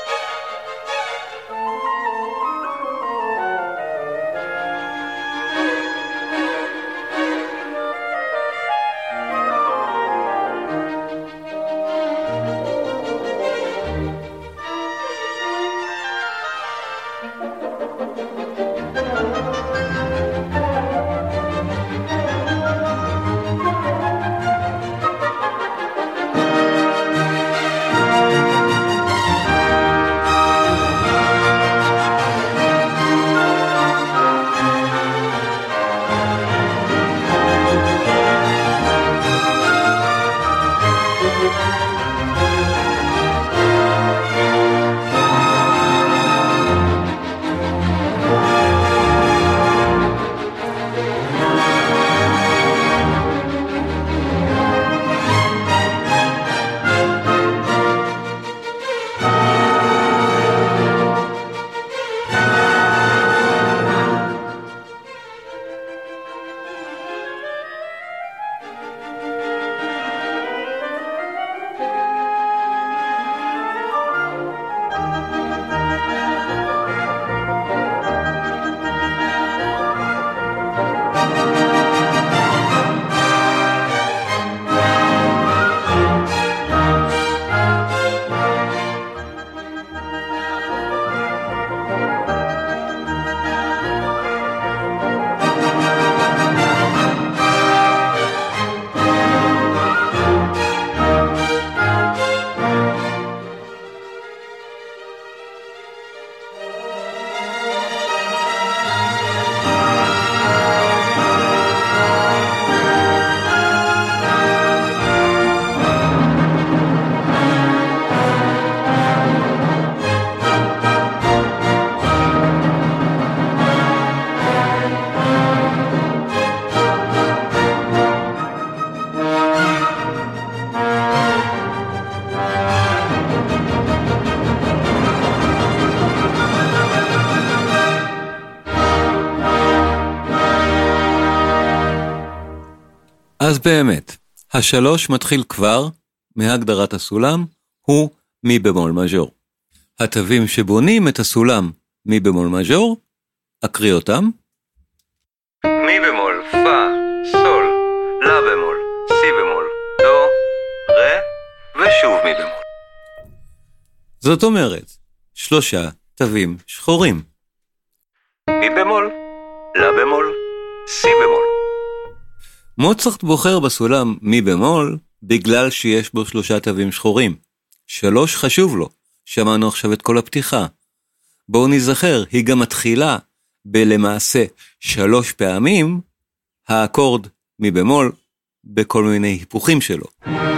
אז באמת, השלוש מתחיל כבר מהגדרת הסולם, הוא מי במול מז'ור. התווים שבונים את הסולם מי במול מז'ור, אקריא אותם. מי במול, פה, סול, לה במול, סי במול, דו, רה, ושוב מי במול. זאת אומרת, 3 תווים שחורים. מי במול, לה במול, סי במול. מוצרט בוחר בסולם מי במול בגלל שיש בו 3 תווים שחורים. 3 חשוב לו. שמענו עכשיו את כל הפתיחה. בואו נזכר, היא גם מתחילה בלמעשה 3 פעמים האקורד מי במול בכל מיני היפוכים שלו.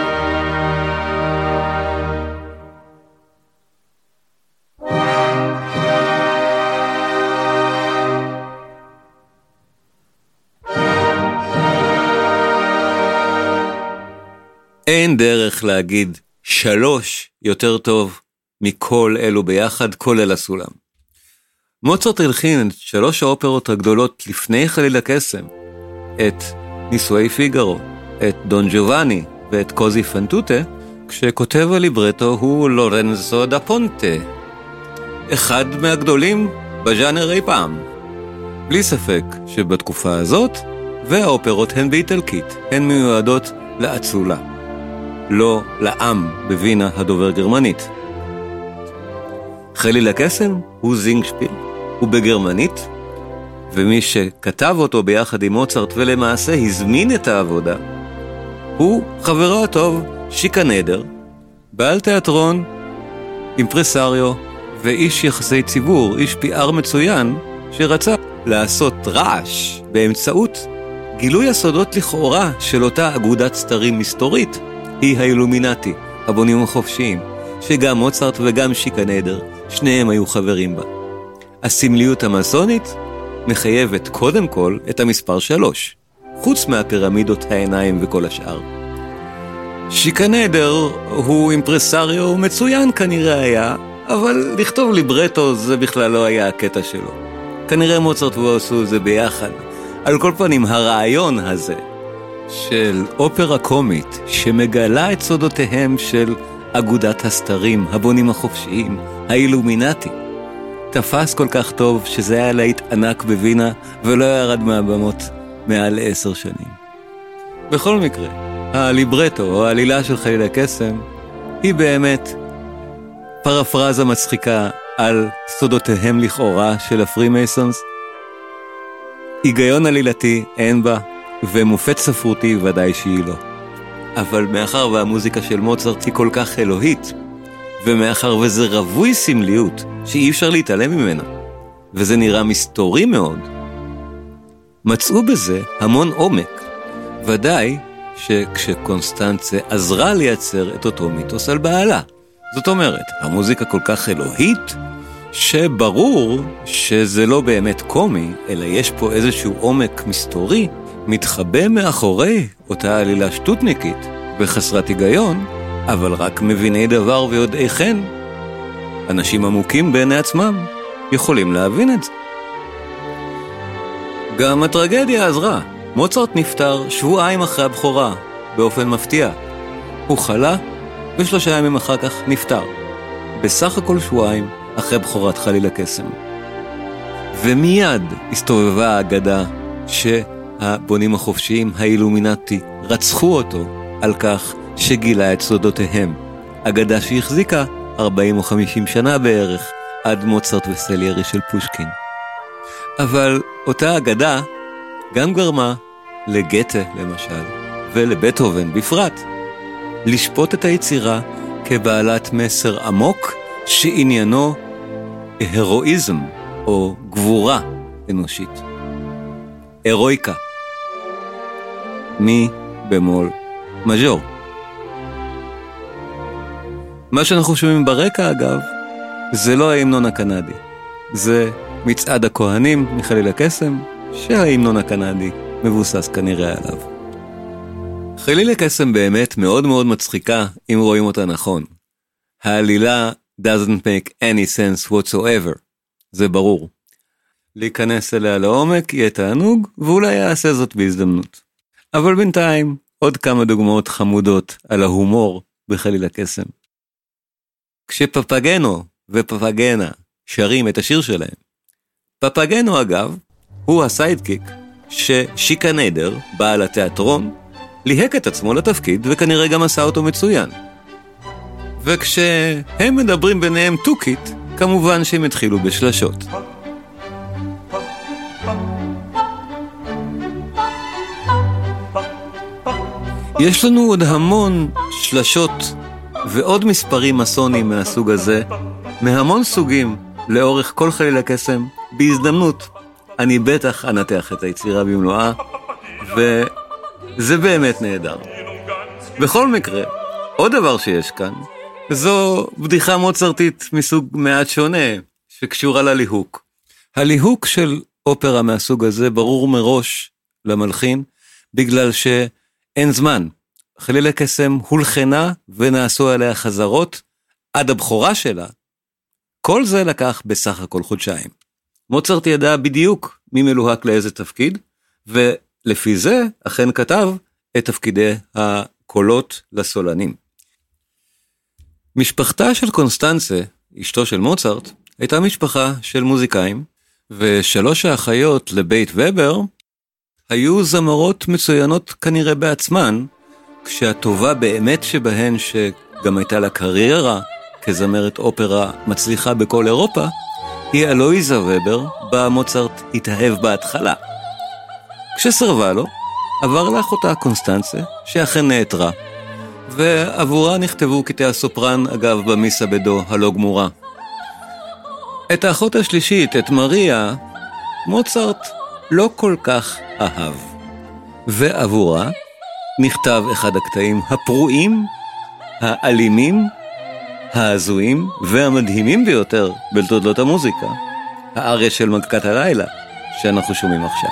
אין דרך להגיד 3 יותר טוב מכל אלו ביחד, כולל הסולם. מוצרט הלחין את 3 האופרות הגדולות לפני חליל הקסם, את נישואי פיגארו, את דון ג'ובאני ואת קוזי פנטוטה, כשכותב הליברטו הוא לורנזו דה פונטה, אחד מהגדולים בז'אנר אי פעם. בלי ספק שבתקופה הזאת, והאופרות הן באיטלקית, הן מיועדות לאצולה. לא לעם בווינה הדובר גרמנית. חליל הקסם הוא זינגשפיל, הוא בגרמנית, ומי שכתב אותו ביחד עם מוצרט ולמעשה הזמין את העבודה, הוא חברו הטוב שיקה נדר, בעל תיאטרון, אימפרסריו ואיש יחסי ציבור, איש PR מצוין, שרצה לעשות רעש באמצעות גילוי הסודות לכאורה של אותה אגודת סתרים מסתורית, היא האילומינטי, הבונים החופשיים, שגם מוצרט וגם שיקה נדר, שניהם היו חברים בה. הסמליות המסונית מחייבת קודם כל את המספר 3, חוץ מהפירמידות העיניים וכל השאר. שיקה נדר הוא אימפרסריו מצוין כנראה היה, אבל לכתוב ליברטו זה בכלל לא היה הקטע שלו. כנראה מוצרט והוא עשו זה ביחד. על כל פנים הרעיון הזה, של אופרה קומית שמגלה את סודותיהם של אגודת הסתרים, הבונים החופשיים, האילומינטי, תפס כל כך טוב שזה היה להיט ענק בווינה ולא ירד מהבמות מעל 10 שנים. בכל מקרה, הליברטו או העלילה של חליל הקסם היא באמת פרפרזה מצחיקה על סודותיהם לכאורה של הפרימייסונס. היגיון עלילתי אין בה, ומופת ספרותי ודאי שהיא לא. אבל מאחר והמוזיקה של מוצרט היא כל כך אלוהית, ומאחר וזה רווי סמליות שאי אפשר להתעלם ממנה, וזה נראה מסתורי מאוד, מצאו בזה המון עומק. ודאי שכשקונסטנצה עזרה לייצר את אותו מיתוס על בעלה. זאת אומרת, המוזיקה כל כך אלוהית, שברור שזה לא באמת קומי, אלא יש פה איזשהו עומק מסתורי, מתחבא מאחורי אותה עלילה שטוטניקית וחסרת היגיון, אבל רק מביני דבר ויודעי חן, אנשים עמוקים בעיני עצמם, יכולים להבין את זה. גם הטרגדיה עזרה. מוצרט נפטר 2 שבועות אחרי הבכורה, באופן מפתיע. הוא חלה, ו3 ימים אחר כך נפטר. בסך הכל 2 שבועות אחרי בכורת חליל הקסם. ומיד הסתובבה האגדה שהבונים החופשיים, האילומינטי, רצחו אותו על כך שגילה את סודותיהם. אגדה שהחזיקה 40 או 50 שנה בערך, עד מוצרט וסליירי של פושקין. אבל אותה אגדה גם גרמה לגתה למשל, ולבטהובן בפרט, לשפוט את היצירה כבעלת מסר עמוק שעניינו הרואיזם או גבורה אנושית. הרואיקה. מי במול מז'ור. מה שאנחנו שומעים ברקע אגב, זה לא ההמנון הקנדי. זה מצעד הכהנים מחליל הקסם, שההמנון הקנדי מבוסס כנראה עליו. חליל הקסם באמת מאוד מאוד מצחיקה אם רואים אותה נכון. העלילה doesn't make any sense whatsoever. זה ברור. להיכנס אליה לעומק יהיה תענוג, ואולי יעשה זאת בהזדמנות. אבל בינתיים עוד כמה דוגמאות חמודות על ההומור בחליל הקסם. כשפפגנו ופפגנה שרים את השיר שלהם, פפגנו אגב הוא הסיידקיק ששיקה ניידר, בעל התיאטרון, ליהק את עצמו לתפקיד וכנראה גם עשה אותו מצוין. וכשהם מדברים ביניהם טוקית, כמובן שהם התחילו בשלשות. יש לנו עוד המון שלשות ועוד מספרים מסונים מהסוג הזה, מהמון סוגים לאורך כל חליל הקסם. בהזדמנות אני בטח אנתח את היצירה במלואה, וזה באמת נהדר. בכל מקרה, עוד דבר שיש כאן, זו בדיחה מוצרטית מסוג מעט שונה, שקשורה לליהוק. הליהוק של אופרה מהסוג הזה ברור מראש למלחין, בגלל שאין זמן. חליל הקסם הולחנה ונעשו עליה חזרות עד הבכורה שלה. כל זה לקח בסך הכל חודשיים. מוצרט ידע בדיוק מי מלוהק לאיזה תפקיד, ולפי זה אכן כתב את תפקידי הקולות לסולנים. משפחתה של קונסטנצה, אשתו של מוצרט, הייתה משפחה של מוזיקאים, ושלוש האחיות לבית ובר היו זמרות מצוינות כנראה בעצמן, כשהטובה באמת שבהן, שגם הייתה לה קריירה כזמרת אופרה מצליחה בכל אירופה, היא אלויזה ובר, בה מוצרט התאהב בהתחלה. כשסרבה לו, עבר לאחותה קונסטנצה, שאכן נעתרה, ועבורה נכתבו קטעי הסופרן, אגב, במיסה בדו הלא גמורה. את האחות השלישית, את מריה, מוצרט לא כל כך אהב, ועבורה נכתב אחד הקטעים הפרועים, האלימים, ההזויים והמדהימים ביותר בתולדות המוזיקה, האריה של מלכת הלילה, שאנחנו שומעים עכשיו.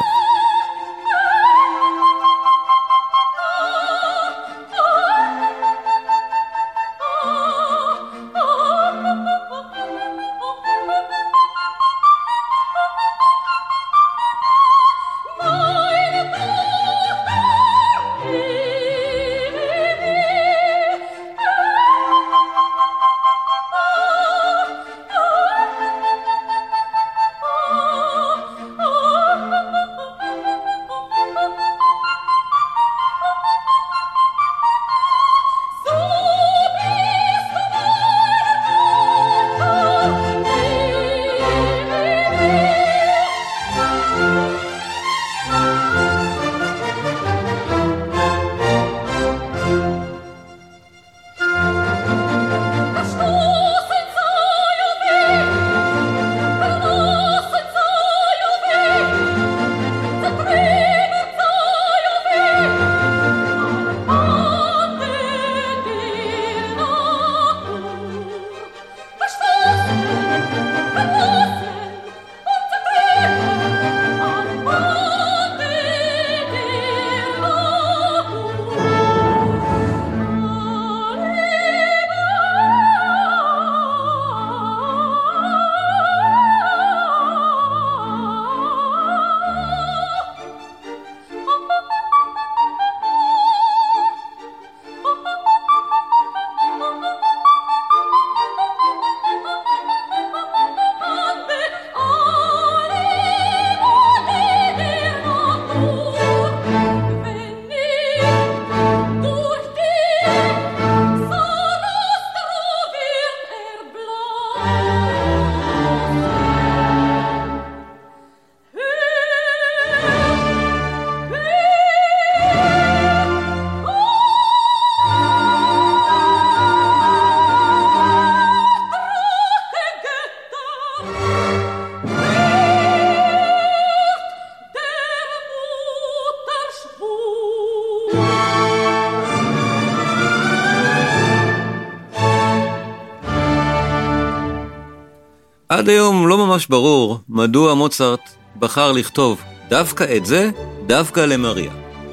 עד היום לא ממש ברור מדוע מוצרט בחר לכתוב דווקא את זה, דווקא למריה.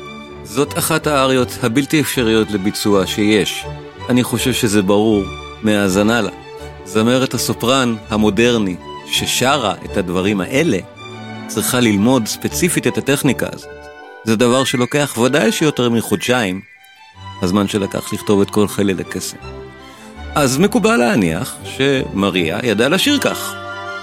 זאת אחת האריות הבלתי אפשריות לביצוע שיש. אני חושב שזה ברור מהאזנה לה. זמרת הסופרן המודרני ששרה את הדברים האלה צריכה ללמוד ספציפית את הטכניקה הזאת. זה דבר שלוקח ודאי שיותר מחודשיים, הזמן שלקח לכתוב את כל חליל הקסם. אז מקובל להניח שמריה ידעה לשיר כך.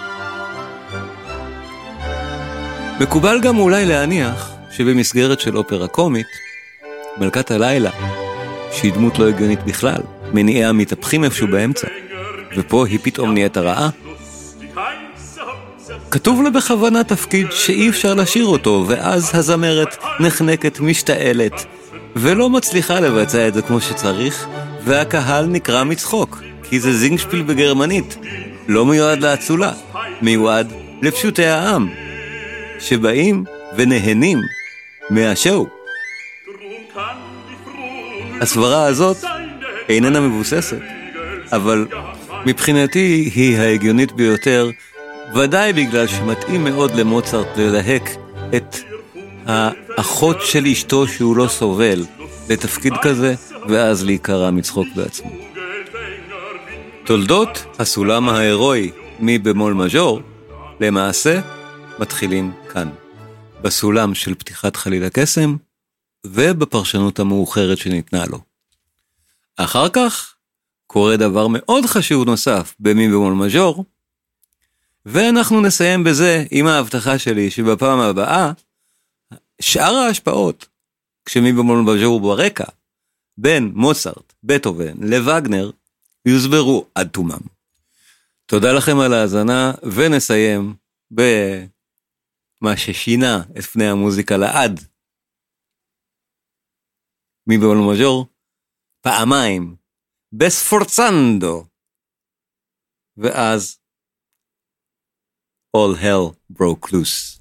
מקובל גם אולי להניח שבמסגרת של אופרה קומית, מלכת הלילה, שהיא דמות לא הגיונית בכלל, מניעיה מתהפכים איפשהו באמצע, ופה היא פתאום נהיית הרעה, כתוב לה בכוונה תפקיד שאי אפשר לשיר אותו, ואז הזמרת נחנקת, משתעלת, ולא מצליחה לבצע את זה כמו שצריך, והקהל נקרא מצחוק, כי זה זינגשפיל בגרמנית, לא מיועד לאצולה, מיועד לפשוטי העם, שבאים ונהנים מהשואו. הסברה הזאת איננה מבוססת, אבל מבחינתי היא ההגיונית ביותר, ודאי בגלל שמתאים מאוד למוצרט ללהק את האחות של אשתו שהוא לא סובל לתפקיד כזה, ואז להיקרא מצחוק בעצמו. תולדות הסולם ההירואי מבמול מז'ור למעשה מתחילים כאן, בסולם של פתיחת חליל הקסם ובפרשנות המאוחרת שניתנה לו. אחר כך קורה דבר מאוד חשוב נוסף במי במול מז'ור, ואנחנו נסיים בזה עם ההבטחה שלי שבפעם הבאה שאר ההשפעות, כשמי במול מז'ור ברקע, בין מוצרט, בטהובן לווגנר, יוסברו עד תומם. תודה לכם על ההאזנה, ונסיים במה ששינה את פני המוזיקה לעד. מי במול מז'ור, פעמיים, בספורצנדו, ואז all hell broke loose.